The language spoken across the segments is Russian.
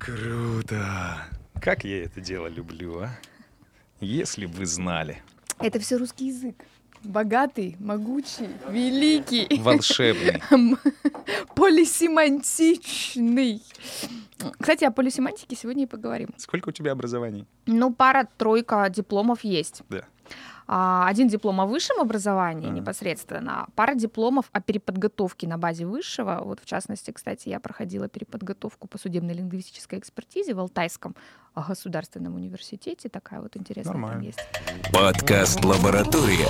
Круто! Как я это дело люблю, а? Если бы вы знали. Это все русский язык. Богатый, могучий, великий. Волшебный. Полисемантичный. Кстати, о полисемантике сегодня и поговорим. Сколько у тебя образований? Пара-тройка дипломов есть. Да. Один диплом о высшем образовании непосредственно, пара дипломов о переподготовке на базе высшего. Вот в частности, кстати, я проходила переподготовку по судебной лингвистической экспертизе в Алтайском государственном университете. Такая вот интересная там есть. Подкаст «Лаборатория».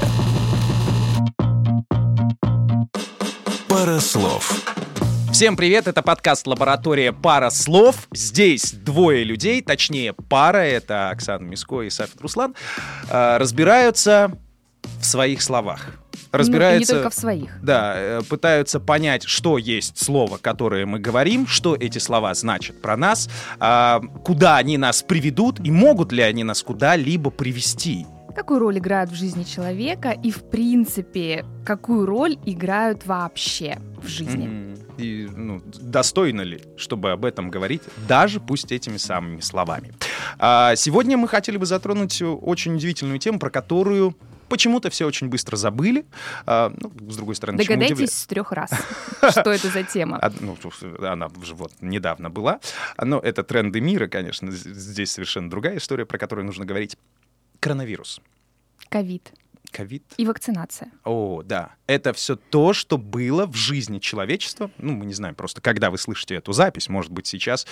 Пара слов. Всем привет, это подкаст «Лаборатория. Пара слов». Здесь двое людей, точнее пара, это Оксана Миско и Сафет Руслан, разбираются в своих словах. Разбираются, и не только в своих. Да, пытаются понять, что есть слово, которое мы говорим, что эти слова значат про нас, куда они нас приведут и могут ли они нас куда-либо привести. Какую роль играют в жизни человека и, в принципе, какую роль играют вообще в жизни? И достойно ли, чтобы об этом говорить, даже пусть этими самыми словами. Сегодня мы хотели бы затронуть очень удивительную тему, про которую почему-то все очень быстро забыли. С другой стороны, догадайтесь с 3 раз, что это за тема. Она уже недавно была. Но это тренды мира, конечно. Здесь совершенно другая история, про которую нужно говорить. Коронавирус. Ковид. И вакцинация. О, да. Это все то, что было в жизни человечества. Мы не знаем просто, когда вы слышите эту запись. Может быть, сейчас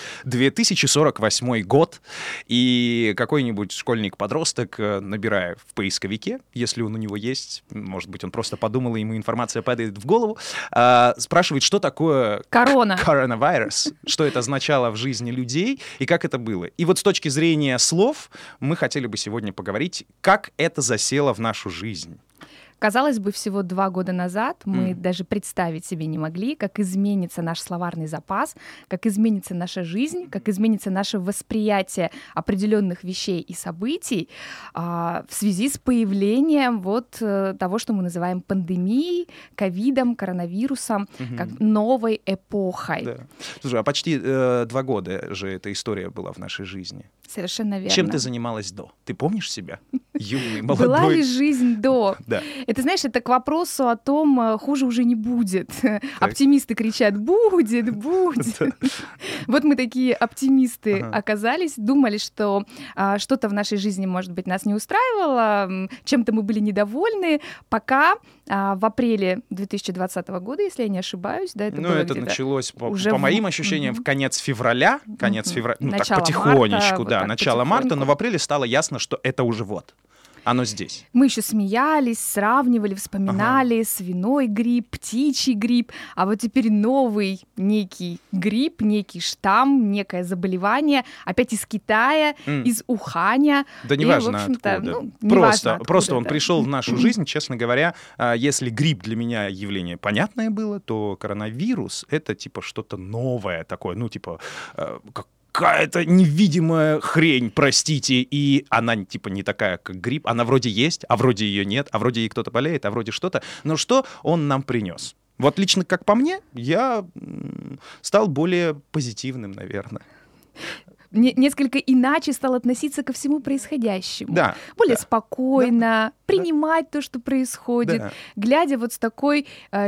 2048 год, и какой-нибудь школьник-подросток, набирая в поисковике, если он у него есть, может быть, он просто подумал, и ему информация падает в голову, спрашивает, что такое коронавирус, что это означало в жизни людей, и как это было. И вот с точки зрения слов мы хотели бы сегодня поговорить, как это засело в нашу жизнь. Казалось бы, всего 2 года назад мы даже представить себе не могли, как изменится наш словарный запас, как изменится наша жизнь, как изменится наше восприятие определенных вещей и событий в связи с появлением того, что мы называем пандемией, ковидом, коронавирусом, как новой эпохой. Да. Слушай, а почти 2 года же эта история была в нашей жизни. Совершенно верно. Чем ты занималась до? Ты помнишь себя? Юный, молодой. Была ли жизнь до? Да. Это, знаешь, это к вопросу о том, хуже уже не будет. Оптимисты кричат: будет. Вот мы такие оптимисты оказались, думали, что что-то в нашей жизни, может быть, нас не устраивало, чем-то мы были недовольны, пока в апреле 2020 года, если я не ошибаюсь, да, это было это где-то началось, по моим ощущениям, в конец февраля, так потихонечку, марта, начало марта, но в апреле стало ясно, что это уже оно здесь. Мы еще смеялись, сравнивали, вспоминали свиной грипп, птичий грипп, а вот теперь новый некий грипп, некий штамм, некое заболевание, опять из Китая, из Уханя. Да неважно откуда. Просто он пришел в нашу жизнь, честно говоря. Если грипп для меня явление понятное было, то коронавирус — это типа что-то новое такое, какая-то невидимая хрень, простите, и она типа не такая, как грипп. Она вроде есть, а вроде ее нет, а вроде ей кто-то болеет, а вроде что-то. Но что он нам принес? Вот лично как по мне, я стал более позитивным, наверное. Несколько иначе стал относиться ко всему происходящему. Да, более спокойно, принимать то, что происходит, глядя вот с такой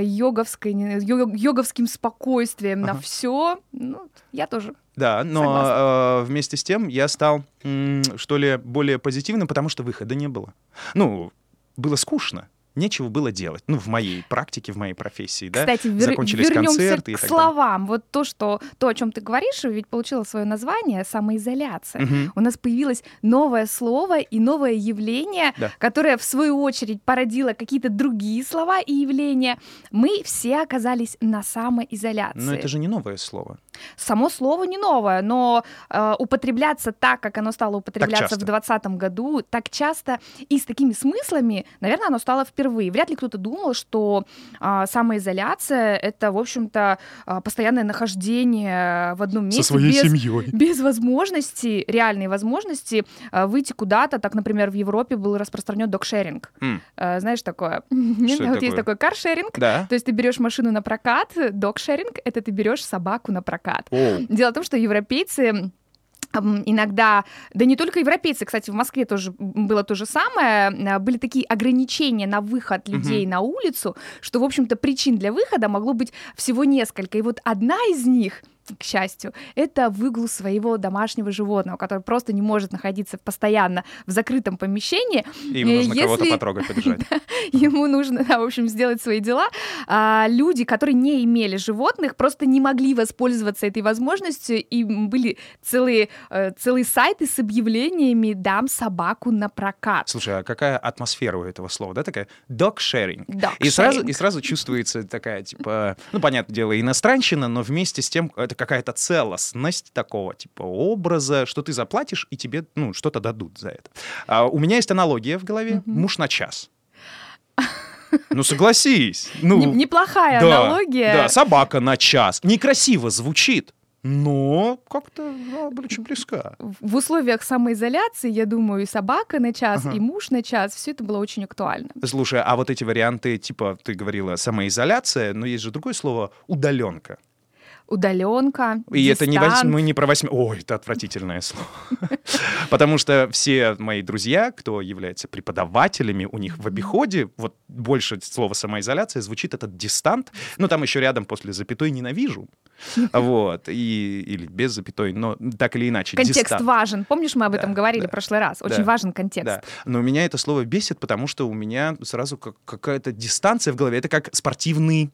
йоговским спокойствием на все. Я тоже. Да, но вместе с тем я стал, что ли, более позитивным, потому что выхода не было. Было скучно. Нечего было делать. В моей практике, в моей профессии, Кстати, закончились концерты и так далее. К словам. Вот то, о чем ты говоришь, ведь получило свое название — самоизоляция. У нас появилось новое слово и новое явление, которое, в свою очередь, породило какие-то другие слова и явления. Мы все оказались на самоизоляции. Но это же не новое слово. Само слово не новое, но употребляться так, как оно стало употребляться в 2020 году, так часто и с такими смыслами, наверное, оно стало впервые. Вряд ли кто-то думал, что самоизоляция — это, в общем-то, постоянное нахождение в одном месте. Со своей семьей. Без возможности, реальной возможности выйти куда-то. Так, например, в Европе был распространен догшеринг. Знаешь такое? Есть такой каршеринг. Да. То есть ты берешь машину на прокат, догшеринг — это ты берешь собаку на прокат. Дело в том, что европейцы иногда, да не только европейцы, кстати, в Москве тоже было то же самое, были такие ограничения на выход людей на улицу, что, в общем-то, причин для выхода могло быть всего несколько. И вот одна из них, к счастью, это выгул своего домашнего животного, который просто не может находиться постоянно в закрытом помещении. И ему нужно кого-то потрогать, побежать. Ему нужно, в общем, сделать свои дела. Люди, которые не имели животных, просто не могли воспользоваться этой возможностью, и были целые сайты с объявлениями «дам собаку на прокат». Слушай, а какая атмосфера у этого слова, да, такая dog-sharing? Dog-sharing. И сразу чувствуется такая, типа, ну, понятное дело, иностранщина, но вместе с тем это какая-то целостность такого, типа, образа, что ты заплатишь, и тебе, ну, что-то дадут за это. У меня есть аналогия в голове. Муж на час. Ну, согласись. Неплохая аналогия. Да, собака на час. Некрасиво звучит, но как-то очень близка. В условиях самоизоляции, я думаю, и собака на час, и муж на час, все это было очень актуально. Слушай, а вот эти варианты, типа, ты говорила, самоизоляция, но есть же другое слово — удаленка. Удаленка, и дистант. это мы не про Ой, это отвратительное слово. Потому что все мои друзья, кто является преподавателями, у них в обиходе вот больше слова самоизоляция звучит этот дистант. Ну, там еще рядом после запятой ненавижу. Вот. Или без запятой, но так или иначе. Контекст дистант. Важен. Помнишь, мы об этом говорили в прошлый раз? Очень важен контекст. Да. Но меня это слово бесит, потому что у меня сразу какая-то дистанция в голове. Это как спортивный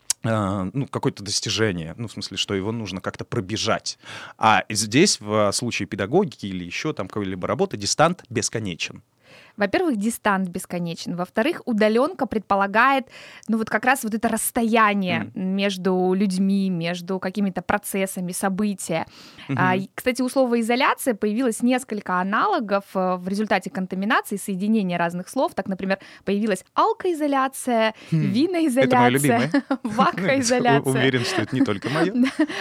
какое-то достижение, ну, в смысле, что его нужно как-то пробежать. А здесь, в случае педагогики или еще там какой-либо работы, дистант бесконечен. Во-первых, дистант бесконечен. Во-вторых, удаленка предполагает, ну вот как раз вот это расстояние между людьми, между какими-то процессами, события. Кстати, у слова изоляция появилось несколько аналогов в результате контаминации, соединения разных слов. Так, например, появилась алкоизоляция, виноизоляция, это мое любимое. Вакоизоляция. Уверен, что это не только мое.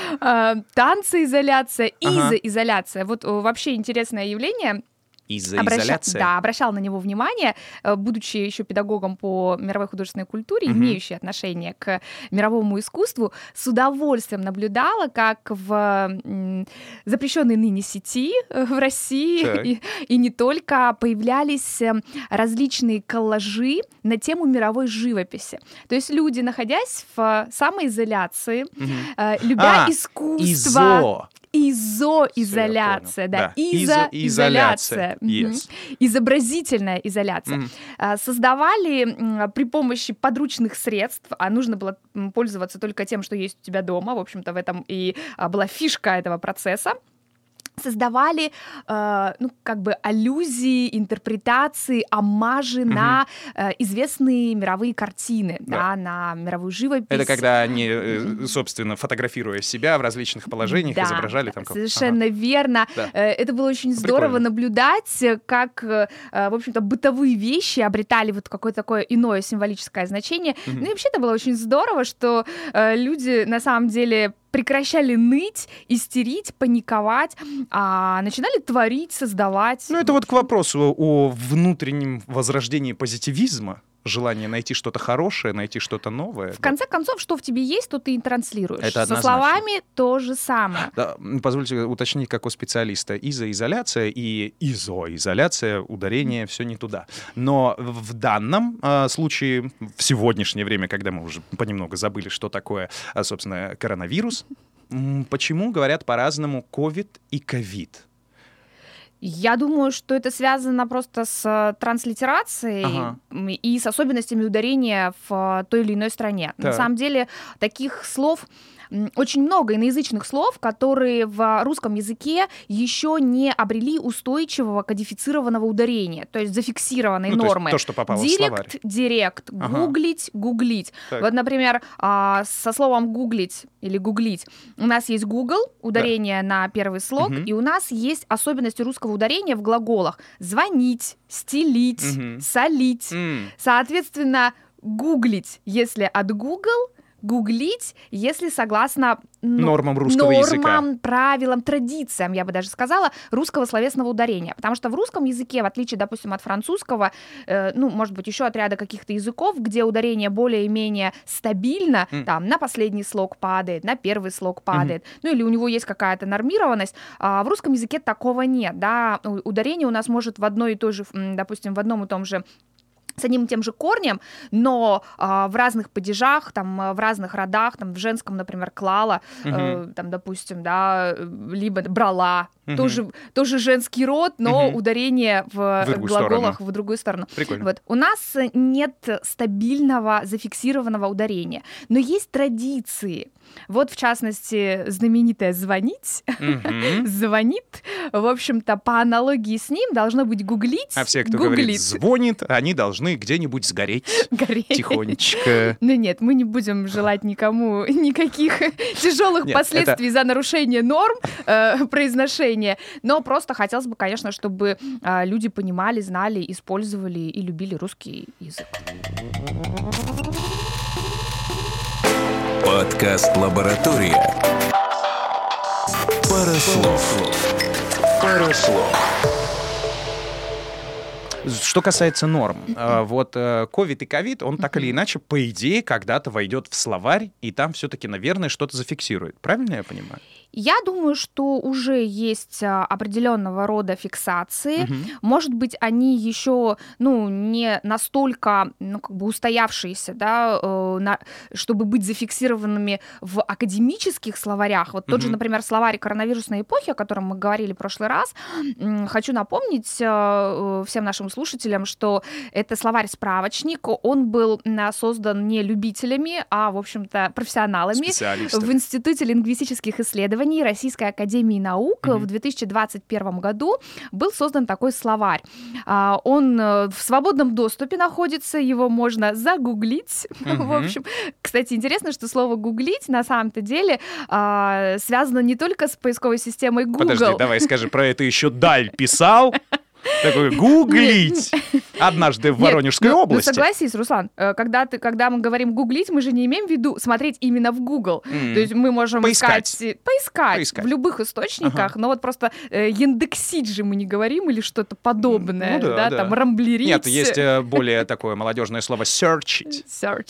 Танцеизоляция, изоизоляция. Вот вообще интересное явление. Изоизоляция? Да, обращал на него внимание, будучи еще педагогом по мировой художественной культуре, имеющей отношение к мировому искусству, с удовольствием наблюдала, как в запрещенной ныне сети в России и не только появлялись различные коллажи на тему мировой живописи. То есть люди, находясь в самоизоляции, любя искусство... Изоизоляция, да, изоизоляция, изобразительная изоляция. Создавали при помощи подручных средств, а нужно было пользоваться только тем, что есть у тебя дома, в общем-то, в этом и была фишка этого процесса. Создавали, аллюзии, интерпретации, оммажи на известные мировые картины, на мировую живопись. Это когда они, собственно, фотографируя себя в различных положениях, изображали там как-то. Совершенно верно. Да. Это было очень здорово наблюдать, как, в общем-то, бытовые вещи обретали вот какое-то такое иное символическое значение. Ну и вообще это было очень здорово, что люди, на самом деле, прекращали ныть, истерить, паниковать, а начинали творить, создавать. Ну, это вот к вопросу о внутреннем возрождении позитивизма, желание найти что-то хорошее, найти что-то новое. В конце концов, что в тебе есть, то ты и транслируешь. Это со словами то же самое. Да, позвольте уточнить, как у специалиста. Изоизоляция и изоизоляция, ударение, все не туда. Но в данном случае, в сегодняшнее время, когда мы уже понемногу забыли, что такое, собственно, коронавирус, почему говорят по-разному ковид и ковид? Я думаю, что это связано просто с транслитерацией и с особенностями ударения в той или иной стране. Так. На самом деле таких слов очень много, иноязычных слов, которые в русском языке еще не обрели устойчивого кодифицированного ударения, то есть зафиксированной нормы. То, что попало в словарь. Директ, гуглить, гуглить. Так. Вот, например, со словом гуглить или гуглить у нас есть Google, ударение на первый слог, и у нас есть особенности русского ударения в глаголах: звонить, стелить, солить. Соответственно, гуглить, если от Google, гуглить, если согласно нормам русского языка. Правилам, традициям, я бы даже сказала, русского словесного ударения. Потому что в русском языке, в отличие, допустим, от французского, может быть, еще от ряда каких-то языков, где ударение более-менее стабильно, там, на последний слог падает, на первый слог падает, или у него есть какая-то нормированность, в русском языке такого нет, да, ударение у нас может в одной и той же, допустим, в одном и том же с одним и тем же корнем, но в разных падежах, там, в разных родах, там, в женском, например, клала, там, допустим, да, либо брала, тоже женский род, но ударение в глаголах в другую сторону. Прикольно. Вот. У нас нет стабильного зафиксированного ударения, но есть традиции. Вот, в частности, знаменитое «звонить», «звонит», в общем-то, по аналогии с ним должно быть «гуглить». А все, кто говорит «звонит», они должны где-нибудь сгореть тихонечко. Ну нет, мы не будем желать никому никаких тяжелых последствий за нарушение норм произношения, но просто хотелось бы, конечно, чтобы люди понимали, знали, использовали и любили русский язык. Подкаст «Лаборатория». Пару слов. Что касается норм, вот ковид и ковид, он так или иначе, по идее, когда-то войдет в словарь, и там все-таки, наверное, что-то зафиксирует. Правильно я понимаю? Я думаю, что уже есть определенного рода фиксации. Может быть, они еще, не настолько, устоявшиеся, да, чтобы быть зафиксированными в академических словарях. Вот тот же, например, словарь коронавирусной эпохи, о котором мы говорили в прошлый раз. Хочу напомнить всем нашим слушателям, что это словарь-справочник. Он был создан не любителями, а, в общем-то, профессионалами в Институте лингвистических исследований Российской академии наук. В 2021 году был создан такой словарь. Он в свободном доступе находится, его можно загуглить. В общем, кстати, интересно, что слово «гуглить» на самом-то деле связано не только с поисковой системой Google. Подожди, давай скажи, про это еще Даль писал. Такой гуглить однажды в Воронежской области. Ну согласись, Руслан, когда мы говорим гуглить, мы же не имеем в виду смотреть именно в Google. То есть мы можем поискать в любых источниках, но вот просто индексить же мы не говорим или что-то подобное, да, там рамблерить. Нет, есть более такое молодежное слово search.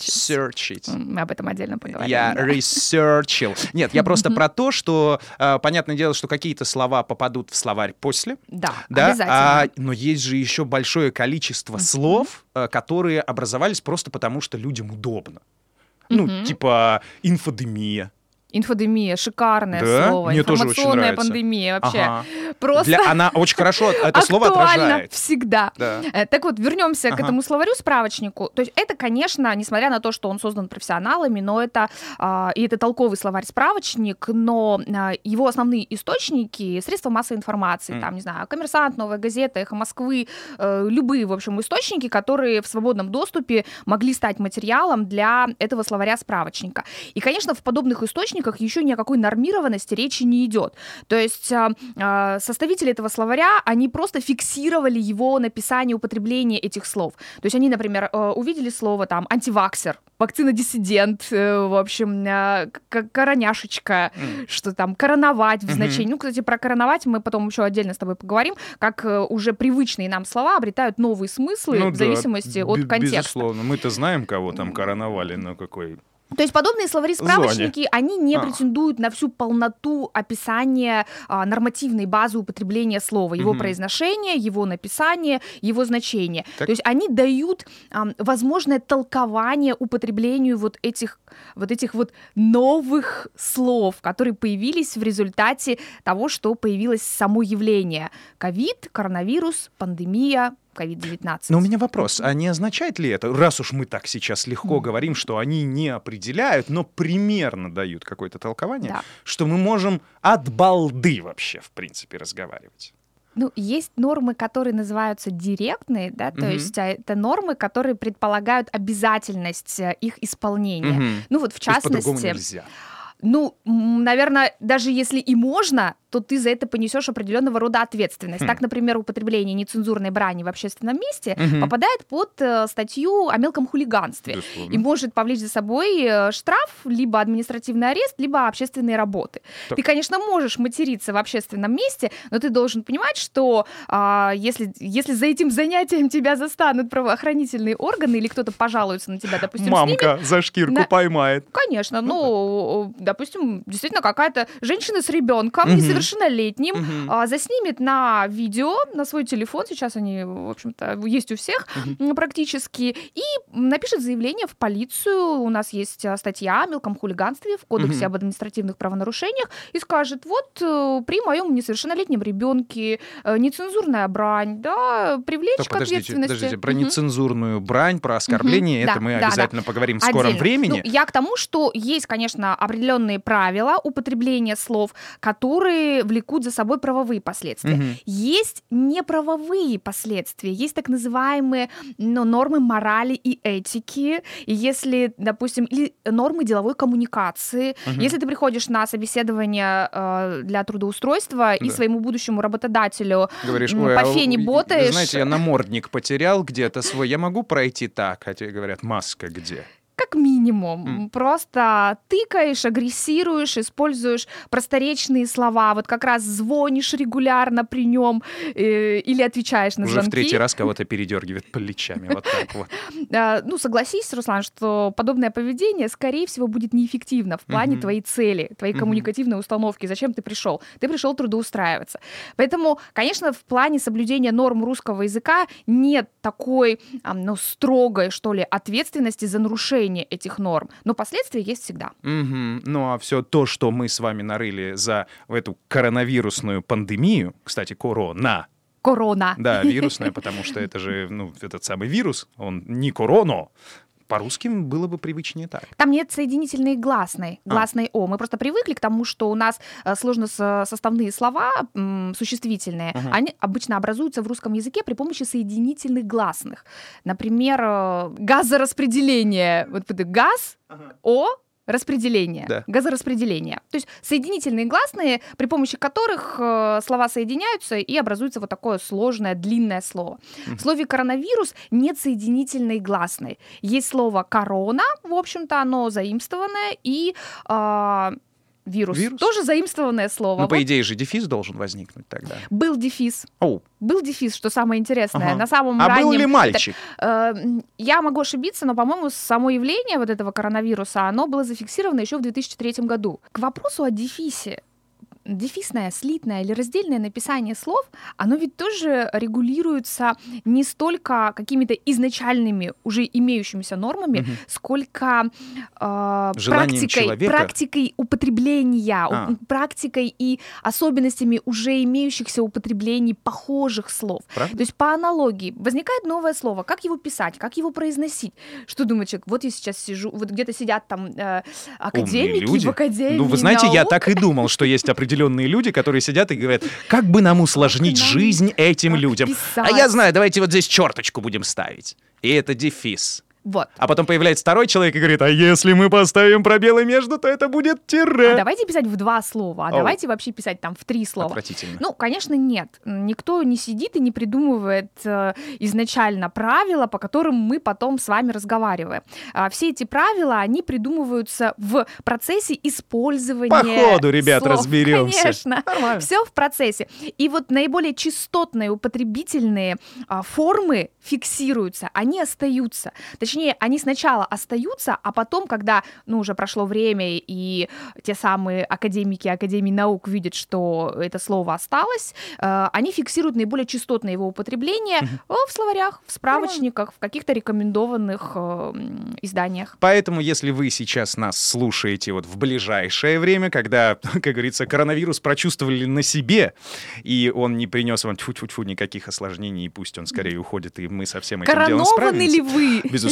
Мы об этом отдельно поговорим. Я researchил. Нет, я просто про то, что понятное дело, что какие-то слова попадут в словарь после. Да, обязательно. Но есть же еще большое количество слов, которые образовались просто потому, что людям удобно. Типа инфодемия. Инфодемия, шикарное слово. Мне тоже очень информационная нравится. пандемия вообще. Просто она очень хорошо это слово отражает. Всегда. Да. Так вот, вернемся к этому словарю-справочнику. То есть это, конечно, несмотря на то, что он создан профессионалами, но это толковый словарь-справочник, но его основные источники — средства массовой информации, там, не знаю, «Коммерсант», «Новая газета», «Эхо Москвы», любые, в общем, источники, которые в свободном доступе могли стать материалом для этого словаря-справочника. И, конечно, в подобных источниках еще ни о какой нормированности речи не идет. То есть составители этого словаря, они просто фиксировали его написание, употребление этих слов. То есть они, например, увидели слово там антиваксер, вакцина-диссидент, в общем, короняшечка, что там, короновать в значении. Кстати, про короновать мы потом еще отдельно с тобой поговорим, как уже привычные нам слова обретают новые смыслы в зависимости от контекста. Безусловно, мы-то знаем, кого там короновали, но какой... То есть подобные словари-справочники, они не претендуют на всю полноту описания нормативной базы употребления слова, его произношения, его написания, его значения. То есть они дают возможное толкование употреблению вот этих новых слов, которые появились в результате того, что появилось само явление. Ковид, коронавирус, пандемия, COVID-19. Но у меня вопрос, а не означает ли это, раз уж мы так сейчас легко говорим, что они не определяют, но примерно дают какое-то толкование, что мы можем от балды вообще, в принципе, разговаривать? Есть нормы, которые называются директные, да, то есть это нормы, которые предполагают обязательность их исполнения. Вот в частности... по-другому нельзя. Наверное, даже если и можно, то ты за это понесешь определенного рода ответственность. Так, например, употребление нецензурной брани в общественном месте попадает под статью о мелком хулиганстве. Безусловно. И может повлечь за собой штраф, либо административный арест, либо общественные работы. Так. Ты, конечно, можешь материться в общественном месте, но ты должен понимать, что если за этим занятием тебя застанут правоохранительные органы или кто-то пожалуется на тебя, допустим, Мамка за шкирку поймает. Конечно, допустим, действительно какая-то женщина с ребенком несовершеннолетним заснимет на видео, на свой телефон, сейчас они, в общем-то, есть у всех практически, и напишет заявление в полицию, у нас есть статья о мелком хулиганстве в Кодексе об административных правонарушениях, и скажет, вот при моем несовершеннолетнем ребенке нецензурная брань, да, привлечь к ответственности. Подождите, про нецензурную брань, про оскорбление, это мы обязательно поговорим в скором времени. Я к тому, что есть, конечно, определенные правила употребления слов, которые влекут за собой правовые последствия. Есть неправовые последствия, есть так называемые нормы морали и этики, и если, допустим, или нормы деловой коммуникации. Если ты приходишь на собеседование для трудоустройства и своему будущему работодателю говоришь, по фене ботаешь... Знаете, я намордник потерял где-то свой, я могу пройти так? А тебе говорят, маска где? Как минимум. Просто тыкаешь, агрессируешь, используешь просторечные слова, вот как раз звонишь регулярно при нем или отвечаешь на звонки. Уже в третий раз кого-то передергивает плечами, вот так вот. Согласись, Руслан, что подобное поведение, скорее всего, будет неэффективно в плане твоей цели, твоей коммуникативной установки. Зачем ты пришел? Ты пришел трудоустраиваться. Поэтому, конечно, в плане соблюдения норм русского языка нет такой, строгой, что ли, ответственности за нарушение этих норм, но последствия есть всегда. Ну а все то, что мы с вами нарыли за эту коронавирусную пандемию, кстати, корона. Да, вирусная, потому что это же, этот самый вирус, он не корона. По-русски было бы привычнее так. Там нет соединительной гласной «о». Мы просто привыкли к тому, что у нас сложносоставные слова, существительные, они обычно образуются в русском языке при помощи соединительных гласных. Например, газораспределение. Вот газ, «о», распределение, газораспределение. То есть соединительные гласные, при помощи которых слова соединяются и образуется вот такое сложное, длинное слово. В слове «коронавирус» нет соединительной гласной. Есть слово «корона», в общем-то, оно заимствованное, и вирус. Тоже заимствованное слово. По идее же дефис должен возникнуть тогда. Был дефис. Был дефис, что самое интересное. На самом раннем... был ли мальчик? Я могу ошибиться, но, по-моему, само явление вот этого коронавируса, оно было зафиксировано еще в 2003 году. К вопросу о дефисе. Дефисное, слитное или раздельное написание слов, оно ведь тоже регулируется не столько какими-то изначальными, уже имеющимися нормами, сколько практикой употребления, практикой и особенностями уже имеющихся употреблений похожих слов. Правда? То есть по аналогии возникает новое слово, как его писать, как его произносить. Что думает человек? Вот я сейчас сижу, вот где-то сидят там академики в академии вы знаете, наук. я так и думал, что есть определенные люди, которые сидят и говорят, как бы нам усложнить жизнь этим людям. Писать. А я знаю, давайте вот здесь черточку будем ставить. И это дефис. Вот. А потом появляется второй человек и говорит, а если мы поставим пробелы между, то это будет тире. А давайте писать в 2 слова, давайте вообще писать там в 3 слова. Отвратительно. Конечно, нет. Никто не сидит и не придумывает изначально правила, по которым мы потом с вами разговариваем. Все эти правила, они придумываются в процессе использования По ходу, ребят, слов. разберемся. Конечно. Все в процессе. И вот наиболее частотные употребительные формы фиксируются, они остаются. Точнее, они сначала остаются, а потом, когда уже прошло время, и те самые академики Академии наук видят, что это слово осталось, они фиксируют наиболее частотное его употребление в словарях, в справочниках, в каких-то рекомендованных изданиях. Поэтому, если вы сейчас нас слушаете вот в ближайшее время, когда, как говорится, коронавирус прочувствовали на себе, и он не принес вам тьфу-тьфу-тьфу никаких осложнений, и пусть он скорее уходит, и мы со всем этим делом справимся. Коронованы ли вы? Безусловно.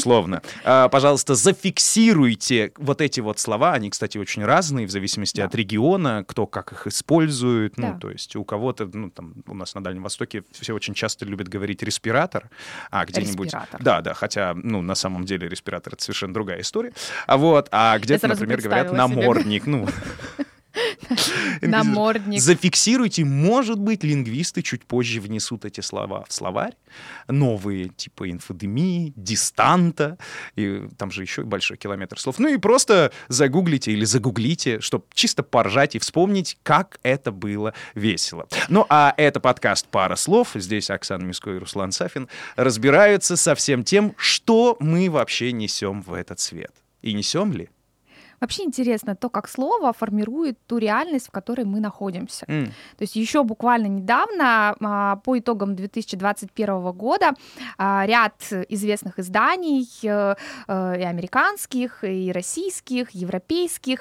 Безусловно. Пожалуйста, зафиксируйте вот эти вот слова. Они, кстати, очень разные в зависимости от региона, кто как их использует. Да. Ну, то есть у кого-то, ну, там, у нас на Дальнем Востоке все очень часто любят говорить респиратор, а где-нибудь... Респиратор. Да, хотя, ну, на самом деле респиратор — это совершенно другая история. А где-то, сразу например, говорят представила себе. намордник. Ну, Намордник. зафиксируйте. Может быть, лингвисты чуть позже внесут эти слова в словарь. Новые, типа инфодемии, дистанта. И там же еще большой километр слов. Ну и просто загуглите или загуглите, чтобы чисто поржать и вспомнить, как это было весело. Ну а это подкаст «Пара слов». Здесь Оксана Миско и Руслан Сафин разбираются со всем тем, что мы вообще несем в этот свет. И несем ли? Вообще интересно то, как слово формирует ту реальность, в которой мы находимся. То есть еще буквально недавно, по итогам 2021 года, ряд известных изданий, и американских, и российских, европейских,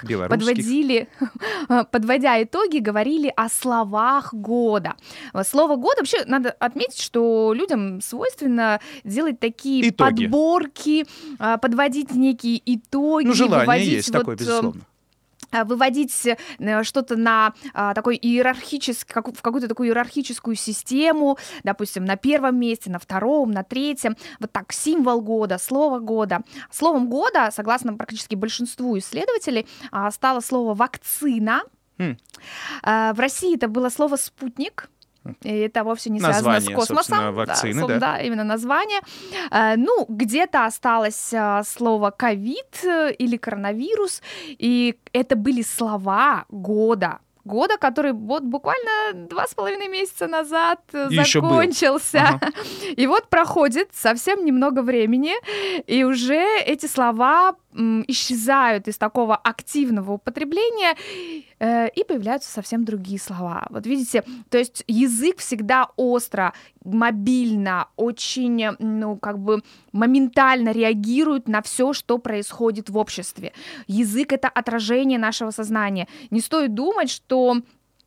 подводя итоги, говорили о словах года. Слово года, вообще надо отметить, что людям свойственно делать такие подборки, подводить некие итоги, ну, желание есть вот, такое, безусловно. Выводить что-то на такой иерархический, в какую-то такую иерархическую систему, допустим, на первом месте, на втором, на третьем. Вот так, символ года, слово года. Словом года, согласно практически большинству исследователей, стало слово «вакцина». В России это было слово «спутник». И это вовсе не связано с космосом. Вакцины, да, именно название. Ну, где-то осталось слово «ковид» или «коронавирус», и это были слова года, который вот буквально 2,5 месяца назад закончился. И вот проходит совсем немного времени, и уже эти слова исчезают из такого активного употребления, и появляются совсем другие слова. Вот видите, то есть язык всегда остро, мобильно, очень, ну, как бы моментально реагирует на все, что происходит в обществе. Язык — это отражение нашего сознания. Не стоит думать, что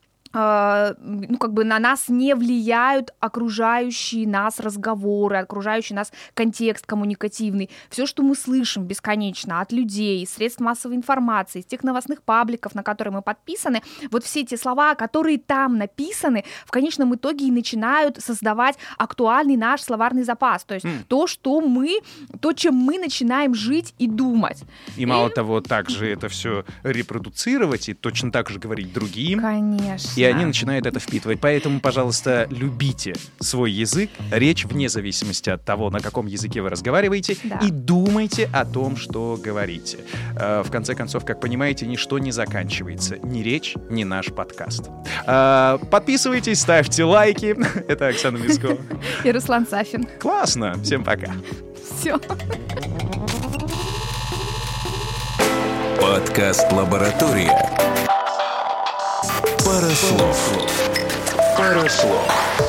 ну, как бы на нас не влияют окружающие нас разговоры, окружающий нас контекст коммуникативный. Все, что мы слышим бесконечно от людей, средств массовой информации, из тех новостных пабликов, на которые мы подписаны, вот все эти слова, которые там написаны, в конечном итоге и начинают создавать актуальный наш словарный запас. То есть то, чем мы начинаем жить и думать. И мало того, также это все репродуцировать и точно так же говорить другим. Конечно. И они начинают это впитывать. Поэтому, пожалуйста, любите свой язык, речь вне зависимости от того, на каком языке вы разговариваете, и думайте о том, что говорите. В конце концов, как понимаете, ничто не заканчивается. Ни речь, ни наш подкаст. Подписывайтесь, ставьте лайки. Это Оксана Миско. И Руслан Сафин. Классно. Всем пока. Все. Подкаст «Лаборатория». Пара слов.